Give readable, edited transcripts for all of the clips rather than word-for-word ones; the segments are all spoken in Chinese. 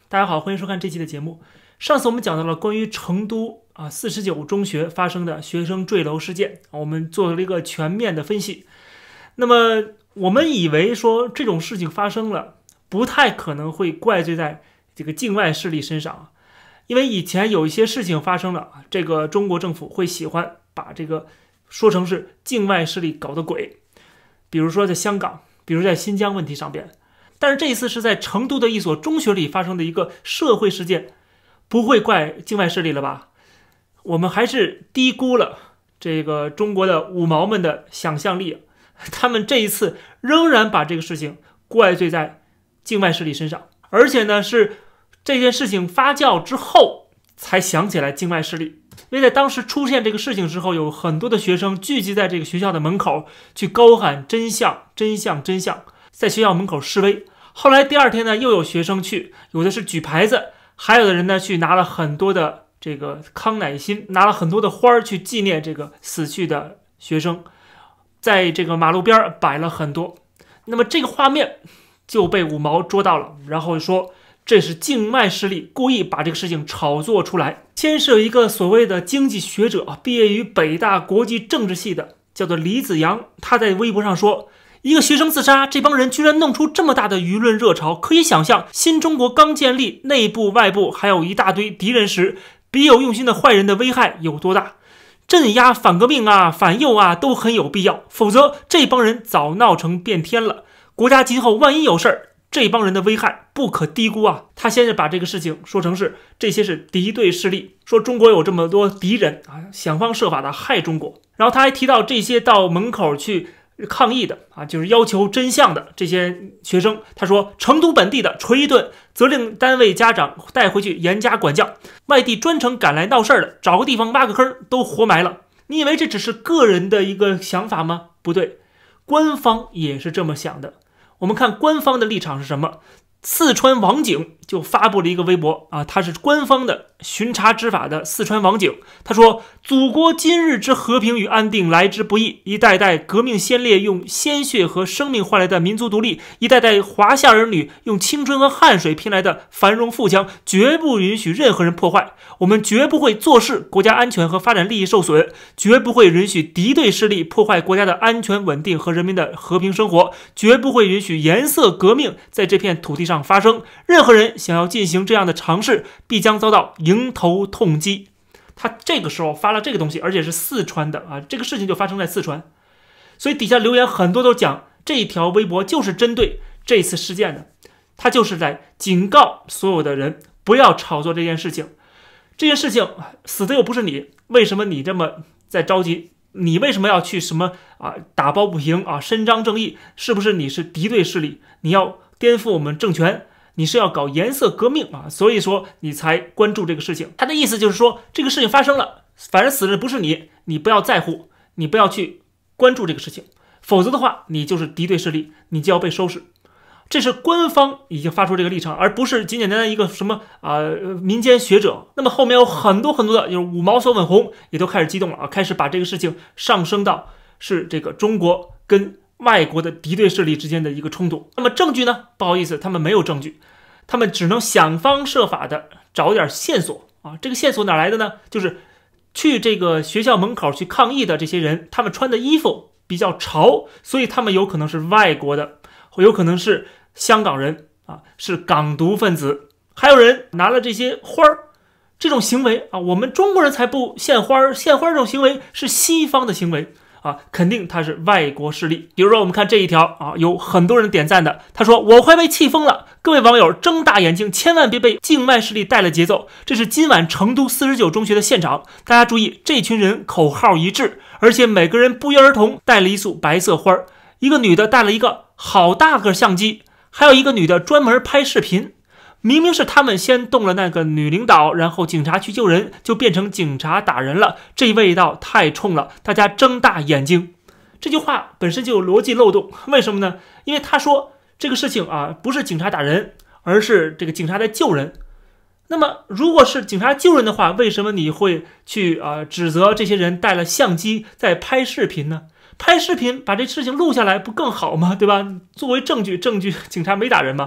大家好，欢迎收看这期的节目。上次我们讲到了关于成都49中学发生的学生坠楼事件，我们做了一个全面的分析。那么我们以为说这种事情发生了，不太可能会怪罪在这个境外势力身上，因为以前有一些事情发生了，这个中国政府会喜欢把这个说成是境外势力搞的鬼，比如说在香港，比如在新疆问题上边。但是这一次是在成都的一所中学里发生的一个社会事件，不会怪境外势力了吧？我们还是低估了这个中国的五毛们的想象力，他们这一次仍然把这个事情怪罪在境外势力身上，而且呢是这件事情发酵之后才想起来境外势力。因为在当时出现这个事情之后，有很多的学生聚集在这个学校的门口去高喊真相真相真相，在学校门口示威。后来第二天呢，又有学生去，有的是举牌子，还有的人呢去拿了很多的这个康乃馨，拿了很多的花去纪念这个死去的学生，在这个马路边摆了很多。那么这个画面就被五毛捉到了，然后说这是境外势力故意把这个事情炒作出来。先是有一个所谓的经济学者，毕业于北大国际政治系的，叫做李子阳，他在微博上说，一个学生自杀，这帮人居然弄出这么大的舆论热潮，可以想象新中国刚建立，内部外部还有一大堆敌人时，别有用心的坏人的危害有多大。镇压反革命反右都很有必要，否则这帮人早闹成变天了。国家今后万一有事儿，这帮人的危害不可低估啊！他先是把这个事情说成是这些是敌对势力，说中国有这么多敌人想方设法的害中国。然后他还提到这些到门口去抗议的就是要求真相的这些学生，他说成都本地的捶一顿，责令单位家长带回去严加管教，外地专程赶来闹事的，找个地方挖个坑都活埋了。你以为这只是个人的一个想法吗？不对，官方也是这么想的。我们看官方的立场是什么？四川网警就发布了一个微博他是官方的巡查执法的四川网警，他说祖国今日之和平与安定来之不易，一代代革命先烈用鲜血和生命换来的民族独立，一代代华夏儿女用青春和汗水拼来的繁荣富强，绝不允许任何人破坏。我们绝不会坐视国家安全和发展利益受损，绝不会允许敌对势力破坏国家的安全稳定和人民的和平生活，绝不会允许颜色革命在这片土地上发生。任何人想要进行这样的尝试，必将遭到迎头痛击。他这个时候发了这个东西，而且是四川的这个事情就发生在四川，所以底下留言很多都讲这条微博就是针对这次事件的，他就是在警告所有的人不要炒作这件事情。这件事情死的又不是你，为什么你这么在着急？你为什么要去什么打抱不平伸张正义？是不是你是敌对势力？你要颠覆我们政权？你是要搞颜色革命所以说你才关注这个事情。他的意思就是说这个事情发生了，反正死的不是你，你不要在乎，你不要去关注这个事情，否则的话你就是敌对势力，你就要被收拾。这是官方已经发出这个立场，而不是简简单单一个什么民间学者。那么后面有很多的就是五毛小粉红也都开始激动了开始把这个事情上升到是这个中国跟外国的敌对势力之间的一个冲突。那么证据呢？不好意思，他们没有证据，他们只能想方设法的找点线索这个线索哪来的呢？就是去这个学校门口去抗议的这些人，他们穿的衣服比较潮，所以他们有可能是外国的，有可能是香港人是港独分子。还有人拿了这些花儿，这种行为我们中国人才不献花，献花这种行为是西方的行为肯定他是外国势力。比如说我们看这一条有很多人点赞的，他说我快被气疯了，各位网友睁大眼睛，千万别被境外势力带了节奏。这是今晚成都49中学的现场，大家注意，这群人口号一致，而且每个人不约而同带了一束白色花，一个女的带了一个好大个相机，还有一个女的专门拍视频。明明是他们先动了那个女领导，然后警察去救人，就变成警察打人了，这味道太冲了，大家睁大眼睛。这句话本身就有逻辑漏洞，为什么呢？因为他说这个事情不是警察打人，而是这个警察在救人。那么如果是警察救人的话，为什么你会去指责这些人带了相机在拍视频呢？拍视频把这事情录下来不更好吗？对吧？作为证据，警察没打人吗？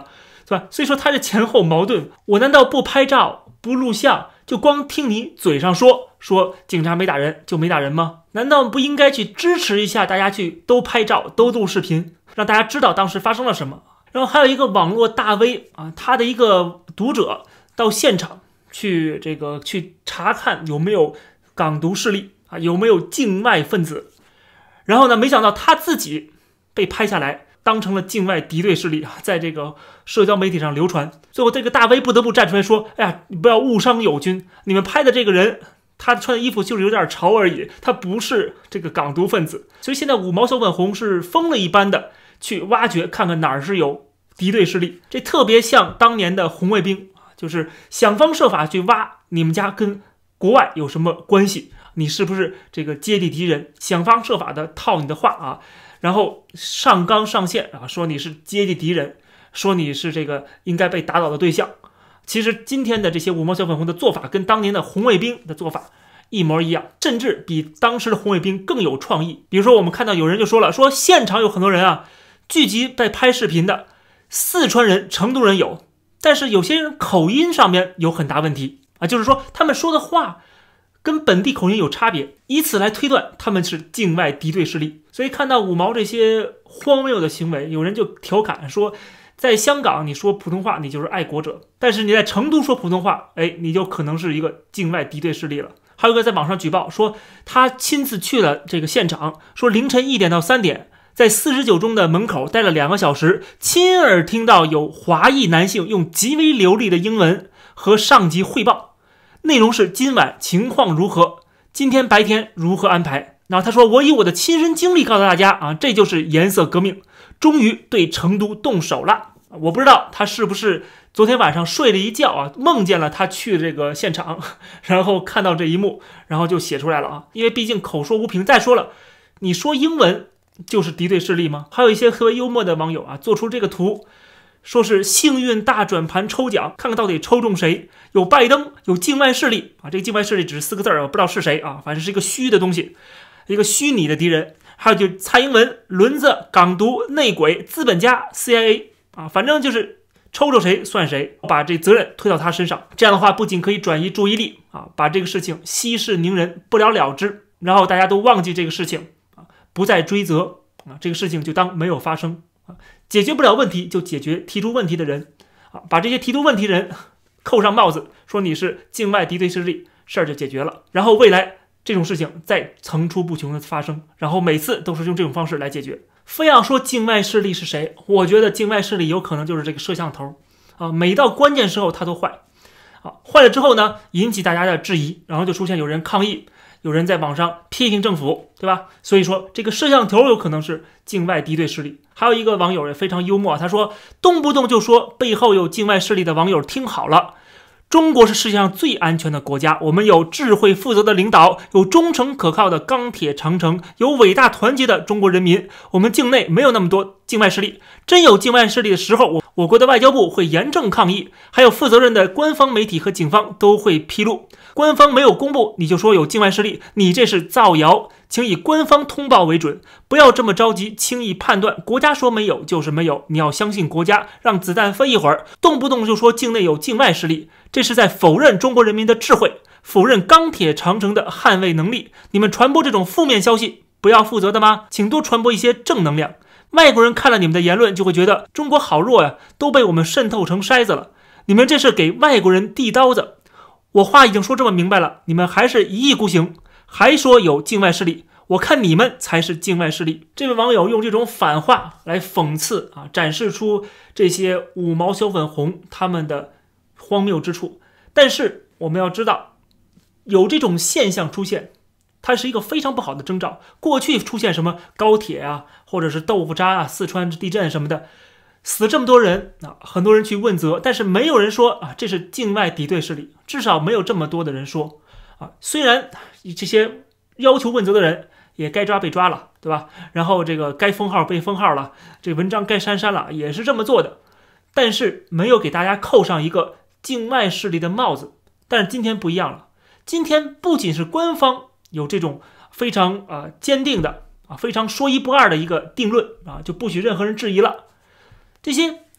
对吧？所以说他这前后矛盾。我难道不拍照不录像，就光听你嘴上说警察没打人就没打人吗？难道不应该去支持一下大家去都拍照都录视频，让大家知道当时发生了什么？然后还有一个网络大 V 啊，他的一个读者到现场去查看有没有港独势力啊，有没有境外分子。然后呢，没想到他自己被拍下来，当成了境外敌对势力啊，在这个社交媒体上流传。最后这个大 V 不得不站出来说：“哎呀，你不要误伤友军，你们拍的这个人，他穿的衣服就是有点潮而已，他不是这个港独分子。”所以现在五毛小粉红是疯了一般的去挖掘，看看哪儿是有敌对势力。这特别像当年的红卫兵，就是想方设法去挖你们家跟国外有什么关系，你是不是这个阶级敌人，想方设法的套你的话啊，然后上纲上线啊，说你是阶级敌人，说你是这个应该被打倒的对象。其实今天的这些五毛小粉红的做法跟当年的红卫兵的做法一模一样，甚至比当时的红卫兵更有创意。比如说我们看到有人就说了，说现场有很多人啊聚集在拍视频的，四川人、成都人有，但是有些人口音上面有很大问题啊，就是说他们说的话跟本地口音有差别，以此来推断他们是境外敌对势力。所以看到五毛这些荒谬的行为，有人就调侃说，在香港你说普通话你就是爱国者，但是你在成都说普通话，你就可能是一个境外敌对势力了。还有一个在网上举报说，他亲自去了这个现场，说凌晨1点到3点在49中的门口待了2个小时，亲耳听到有华裔男性用极为流利的英文和上级汇报，内容是今晚情况如何，今天白天如何安排。然后他说，我以我的亲身经历告诉大家啊，这就是颜色革命，终于对成都动手了。我不知道他是不是昨天晚上睡了一觉啊，梦见了他去这个现场，然后看到这一幕，然后就写出来了啊。因为毕竟口说无凭。再说了，你说英文就是敌对势力吗？还有一些特别幽默的网友啊，做出这个图，说是幸运大转盘抽奖，看看到底抽中谁。有拜登，有境外势力啊，这个境外势力只是4个字我不知道是谁啊，反正是一个虚的东西，一个虚拟的敌人。还有就蔡英文、轮子、港独、内鬼、资本家、CIA 啊，反正就是抽着谁算谁，把这责任推到他身上。这样的话，不仅可以转移注意力啊，把这个事情息事宁人，不了了之，然后大家都忘记这个事情啊，不再追责啊，这个事情就当没有发生啊。解决不了问题就解决提出问题的人啊，把这些提出问题的人扣上帽子，说你是境外敌对势力，事儿就解决了。然后未来这种事情再层出不穷的发生，然后每次都是用这种方式来解决。非要说境外势力是谁，我觉得境外势力有可能就是这个摄像头啊，每到关键时候它都坏啊，坏了之后呢，引起大家的质疑，然后就出现有人抗议，有人在网上批评政府，对吧？所以说这个摄像头有可能是境外敌对势力。还有一个网友也非常幽默，他说动不动就说背后有境外势力的网友听好了，中国是世界上最安全的国家，我们有智慧负责的领导，有忠诚可靠的钢铁长城，有伟大团结的中国人民，我们境内没有那么多境外势力，真有境外势力的时候，我国的外交部会严正抗议，还有负责任的官方媒体和警方都会披露。官方没有公布你就说有境外势力，你这是造谣，请以官方通报为准，不要这么着急轻易判断，国家说没有就是没有，你要相信国家，让子弹飞一会儿，动不动就说境内有境外势力，这是在否认中国人民的智慧，否认钢铁长城的捍卫能力。你们传播这种负面消息不要负责的吗？请多传播一些正能量。外国人看了你们的言论就会觉得中国好弱呀，都被我们渗透成筛子了，你们这是给外国人递刀子。我话已经说这么明白了，你们还是一意孤行，还说有境外势力，我看你们才是境外势力。这位网友用这种反话来讽刺啊，展示出这些五毛小粉红他们的荒谬之处。但是我们要知道，有这种现象出现，它是一个非常不好的征兆。过去出现什么高铁啊，或者是豆腐渣啊，四川地震什么的，死这么多人啊，很多人去问责，但是没有人说啊这是境外敌对势力，至少没有这么多的人说啊。虽然这些要求问责的人也该抓被抓了，对吧？然后这个该封号被封号了，这文章该删了，也是这么做的，但是没有给大家扣上一个境外势力的帽子。但是今天不一样了，今天不仅是官方有这种非常坚定的非常说一不二的一个定论啊，就不许任何人质疑了。这些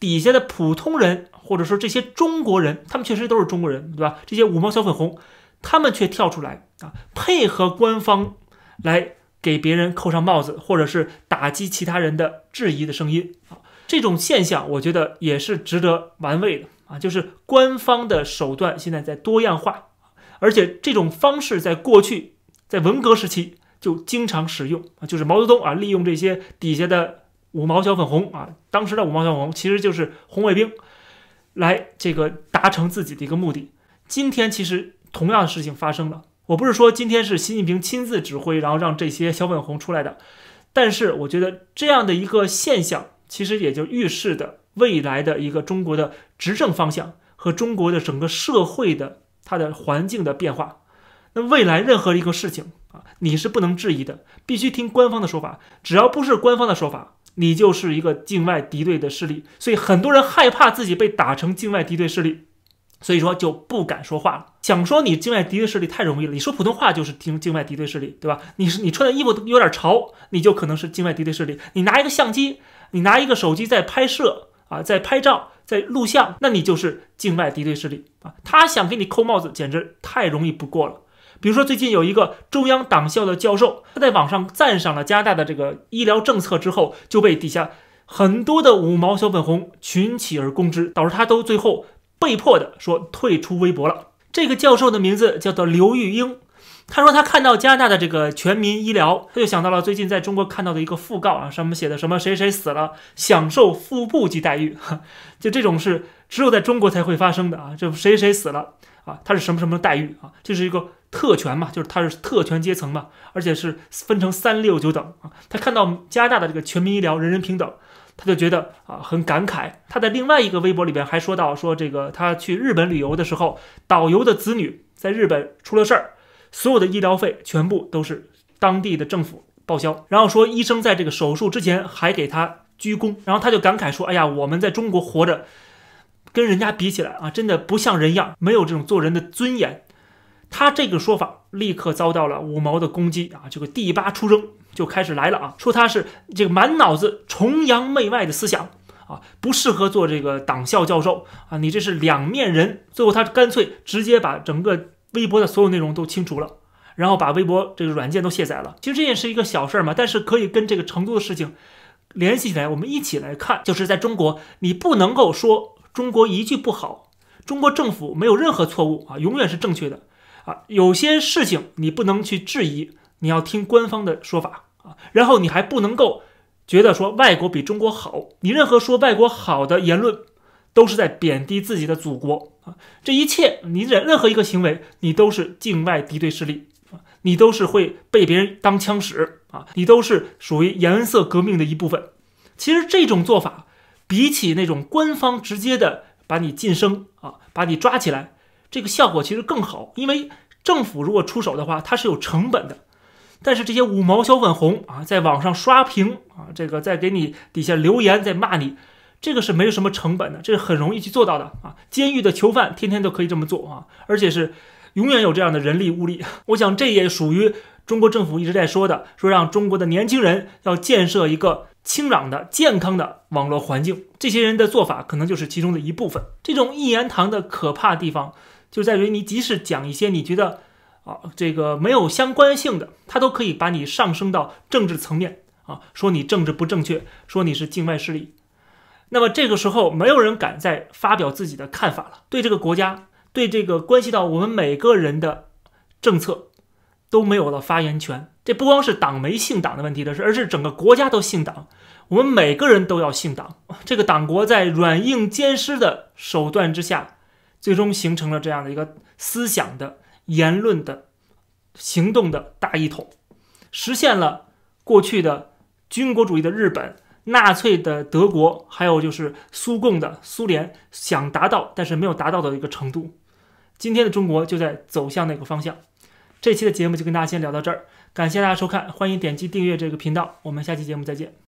底下的普通人，或者说这些中国人，他们确实都是中国人，对吧？这些五毛小粉红，他们却跳出来啊，配合官方来给别人扣上帽子，或者是打击其他人的质疑的声音啊。这种现象，我觉得也是值得玩味的啊，就是官方的手段现在在多样化，而且这种方式在过去，在文革时期就经常使用啊，就是毛泽东啊，利用这些底下的五毛小粉红啊，当时的五毛小粉红其实就是红卫兵，来这个达成自己的一个目的。今天其实同样的事情发生了，我不是说今天是习近平亲自指挥，然后让这些小粉红出来的，但是我觉得这样的一个现象，其实也就预示的未来的一个中国的执政方向和中国的整个社会的它的环境的变化。那未来任何一个事情啊，你是不能质疑的，必须听官方的说法，只要不是官方的说法，你就是一个境外敌对的势力。所以很多人害怕自己被打成境外敌对势力，所以说就不敢说话了。想说你境外敌对势力太容易了，你说普通话就是境外敌对势力，对吧？你穿的衣服有点潮，你就可能是境外敌对势力。你拿一个相机，你拿一个手机在拍摄啊，在拍照，在录像，那你就是境外敌对势力啊。他想给你扣帽子，简直太容易不过了。比如说最近有一个中央党校的教授，他在网上赞赏了加拿大的这个医疗政策之后，就被底下很多的五毛小粉红群起而攻之，导致他都最后被迫的说退出微博了。这个教授的名字叫做刘玉英，他说他看到加拿大的这个全民医疗，他就想到了最近在中国看到的一个讣告啊，上面写的什么谁谁死了，享受副部级待遇，就这种是只有在中国才会发生的啊，就谁谁死了啊，他是什么什么待遇啊，就是一个特权嘛，就是他是特权阶层嘛，而且是分成3、6、9等啊。他看到加拿大的这个全民医疗人人平等，他就觉得啊很感慨。他在另外一个微博里边还说到说这个他去日本旅游的时候，导游的子女在日本出了事儿，所有的医疗费全部都是当地的政府报销，然后说医生在这个手术之前还给他鞠躬，然后他就感慨说，哎呀，我们在中国活着跟人家比起来啊，真的不像人样，没有这种做人的尊严。他这个说法立刻遭到了五毛的攻击啊，这个第8出征就开始来了啊，说他是这个满脑子崇洋媚外的思想啊，不适合做这个党校教授啊，你这是两面人。最后他干脆直接把整个微博的所有内容都清除了，然后把微博这个软件都卸载了。其实这也是一个小事嘛，但是可以跟这个成都的事情联系起来，我们一起来看。就是在中国，你不能够说中国一句不好，中国政府没有任何错误啊，永远是正确的啊。有些事情你不能去质疑，你要听官方的说法啊。然后你还不能够觉得说外国比中国好，你任何说外国好的言论都是在贬低自己的祖国啊。这一切你任何一个行为，你都是境外敌对势力啊，你都是会被别人当枪使啊，你都是属于颜色革命的一部分。其实这种做法比起那种官方直接的把你晋升啊，把你抓起来，这个效果其实更好。因为政府如果出手的话，它是有成本的，但是这些五毛小粉红啊，在网上刷屏啊，这个在给你底下留言，在骂你，这个是没有什么成本的，这是很容易去做到的啊。监狱的囚犯天天都可以这么做啊，而且是永远有这样的人力物力。我想这也属于中国政府一直在说的，说让中国的年轻人要建设一个清朗的健康的网络环境，这些人的做法可能就是其中的一部分。这种一言堂的可怕地方就在于，你即使讲一些你觉得这个没有相关性的，他都可以把你上升到政治层面啊，说你政治不正确，说你是境外势力。那么这个时候没有人敢再发表自己的看法了，对这个国家，对这个关系到我们每个人的政策都没有了发言权。这不光是党没姓党的问题的事，而是整个国家都姓党，我们每个人都要姓党。这个党国在软硬兼施的手段之下，最终形成了这样的一个思想的、言论的、行动的大一统，实现了过去的军国主义的日本、纳粹的德国，还有就是苏共的苏联想达到但是没有达到的一个程度。今天的中国就在走向那个方向。这期的节目就跟大家先聊到这儿，感谢大家收看，欢迎点击订阅这个频道，我们下期节目再见。